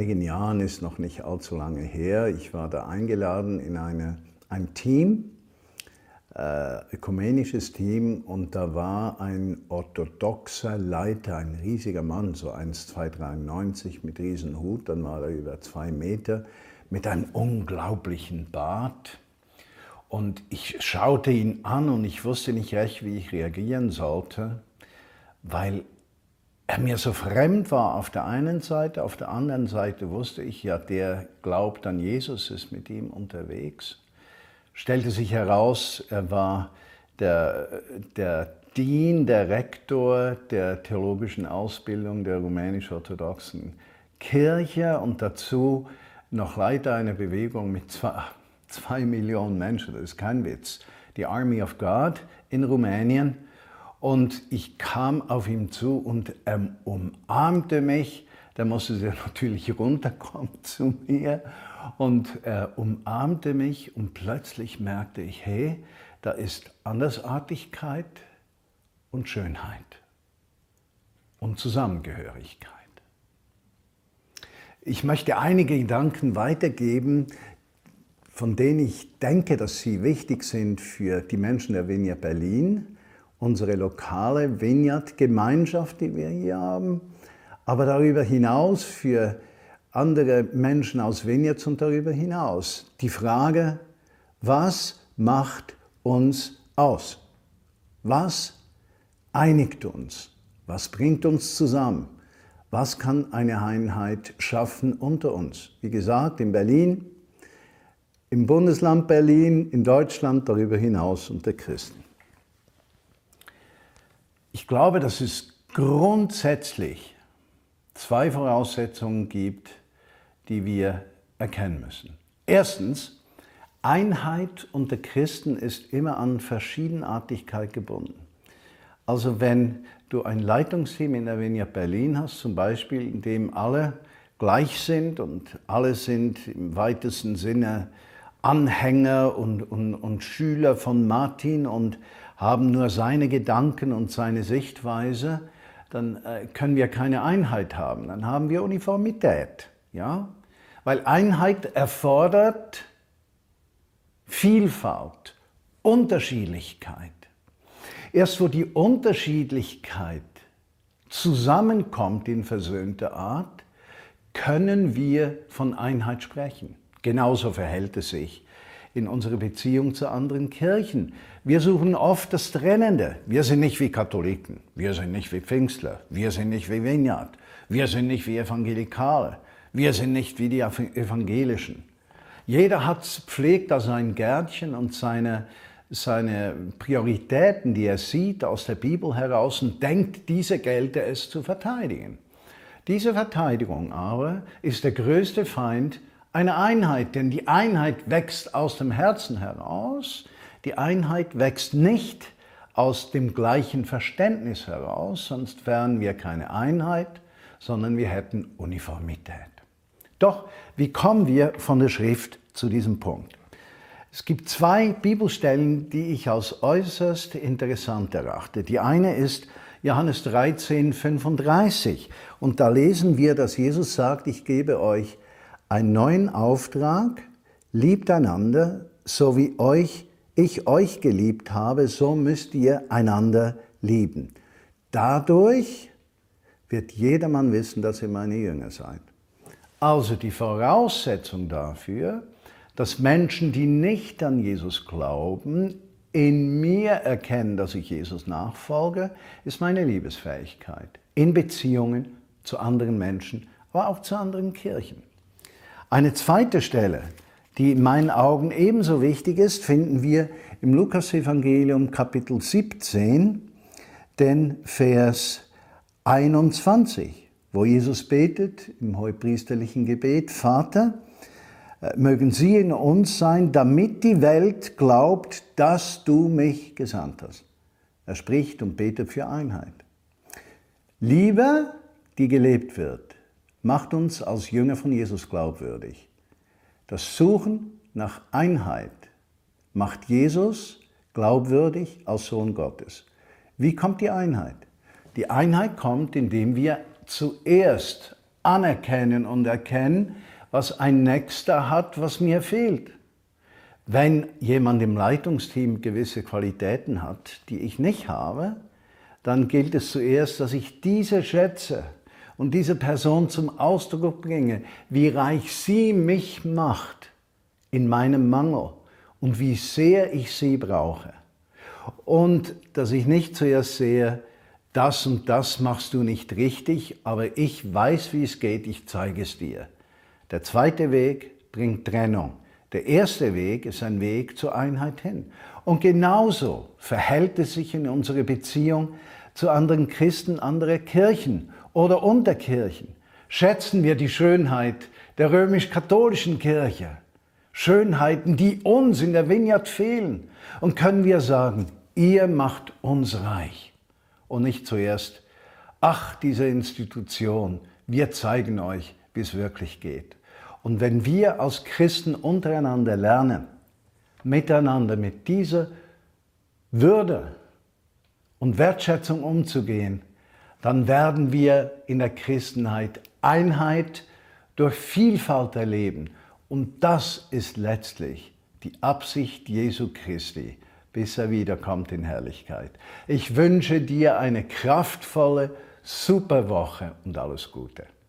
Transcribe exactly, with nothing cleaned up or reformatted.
einigen Jahren, ist noch nicht allzu lange her. Ich war da eingeladen in eine, ein Team, äh, ökumenisches Team, und da war ein orthodoxer Leiter, ein riesiger Mann, so eins Komma zweihundertdreiundneunzig mit Riesenhut, dann war er über zwei Meter, mit einem unglaublichen Bart. Und ich schaute ihn an und ich wusste nicht recht, wie ich reagieren sollte, weil er mir so fremd war auf der einen Seite, auf der anderen Seite wusste ich, ja, der glaubt an Jesus, ist mit ihm unterwegs. Stellte sich heraus, er war der, der Dean, der Rektor der theologischen Ausbildung der rumänisch-orthodoxen Kirche und dazu noch Leiter einer Bewegung mit zwei, zwei Millionen Menschen, das ist kein Witz, die Army of God in Rumänien. Und ich kam auf ihn zu und er umarmte mich. Da musste er natürlich runterkommen zu mir. Und er umarmte mich und plötzlich merkte ich, hey, da ist Andersartigkeit und Schönheit und Zusammengehörigkeit. Ich möchte einige Gedanken weitergeben, von denen ich denke, dass sie wichtig sind für die Menschen der Vineyard Berlin, unsere lokale Vineyard-Gemeinschaft, die wir hier haben, aber darüber hinaus für andere Menschen aus Vineyards und darüber hinaus. Die Frage, was macht uns aus? Was einigt uns? Was bringt uns zusammen? Was kann eine Einheit schaffen unter uns? Wie gesagt, in Berlin, im Bundesland Berlin, in Deutschland, darüber hinaus unter Christen. Ich glaube, dass es grundsätzlich zwei Voraussetzungen gibt, die wir erkennen müssen. Erstens, Einheit unter Christen ist immer an Verschiedenartigkeit gebunden. Also wenn du ein Leitungsteam in der Vineyard Berlin hast, zum Beispiel, in dem alle gleich sind und alle sind im weitesten Sinne Anhänger und, und, und Schüler von Martin und haben nur seine Gedanken und seine Sichtweise, dann äh, können wir keine Einheit haben. Dann haben wir Uniformität. Ja? Weil Einheit erfordert Vielfalt, Unterschiedlichkeit. Erst wo die Unterschiedlichkeit zusammenkommt in versöhnter Art, können wir von Einheit sprechen. Genauso verhält es sich in unserer Beziehung zu anderen Kirchen. Wir suchen oft das Trennende. Wir sind nicht wie Katholiken, wir sind nicht wie Pfingstler, wir sind nicht wie Vineyard, wir sind nicht wie Evangelikale, wir sind nicht wie die Evangelischen. Jeder hat, pflegt da sein Gärtchen und seine, seine Prioritäten, die er sieht aus der Bibel heraus und denkt, diese gelte es zu verteidigen. Diese Verteidigung aber ist der größte Feind einer Einheit, denn die Einheit wächst aus dem Herzen heraus, die Einheit wächst nicht aus dem gleichen Verständnis heraus, sonst wären wir keine Einheit, sondern wir hätten Uniformität. Doch, wie kommen wir von der Schrift zu diesem Punkt? Es gibt zwei Bibelstellen, die ich als äußerst interessant erachte. Die eine ist Johannes dreizehn, fünfunddreißig. Und da lesen wir, dass Jesus sagt, ich gebe euch einen neuen Auftrag, liebt einander, so wie euch, ich euch geliebt habe, so müsst ihr einander lieben. Dadurch wird jedermann wissen, dass ihr meine Jünger seid. Also die Voraussetzung dafür, dass Menschen, die nicht an Jesus glauben, in mir erkennen, dass ich Jesus nachfolge, ist meine Liebesfähigkeit in Beziehungen zu anderen Menschen, aber auch zu anderen Kirchen. Eine zweite Stelle, die in meinen Augen ebenso wichtig ist, finden wir im Lukas-Evangelium Kapitel siebzehn, den Vers einundzwanzig, wo Jesus betet im hohepriesterlichen Gebet, Vater, mögen sie in uns sein, damit die Welt glaubt, dass du mich gesandt hast. Er spricht und betet für Einheit. Liebe, die gelebt wird, macht uns als Jünger von Jesus glaubwürdig. Das Suchen nach Einheit macht Jesus glaubwürdig als Sohn Gottes. Wie kommt die Einheit? Die Einheit kommt, indem wir zuerst anerkennen und erkennen, was ein Nächster hat, was mir fehlt. Wenn jemand im Leitungsteam gewisse Qualitäten hat, die ich nicht habe, dann gilt es zuerst, dass ich diese schätze und diese Person zum Ausdruck bringe, wie reich sie mich macht in meinem Mangel und wie sehr ich sie brauche. Und dass ich nicht zuerst sehe, das und das machst du nicht richtig, aber ich weiß, wie es geht, ich zeige es dir. Der zweite Weg bringt Trennung. Der erste Weg ist ein Weg zur Einheit hin. Und genauso verhält es sich in unserer Beziehung zu anderen Christen, anderer Kirchen oder Unterkirchen. Schätzen wir die Schönheit der römisch-katholischen Kirche, Schönheiten, die uns in der Vineyard fehlen, und können wir sagen, ihr macht uns reich. Und nicht zuerst, ach, diese Institution, wir zeigen euch, wie es wirklich geht. Und wenn wir als Christen untereinander lernen, miteinander mit dieser Würde und Wertschätzung umzugehen, dann werden wir in der Christenheit Einheit durch Vielfalt erleben. Und das ist letztlich die Absicht Jesu Christi, bis er wiederkommt in Herrlichkeit. Ich wünsche dir eine kraftvolle, super Woche und alles Gute.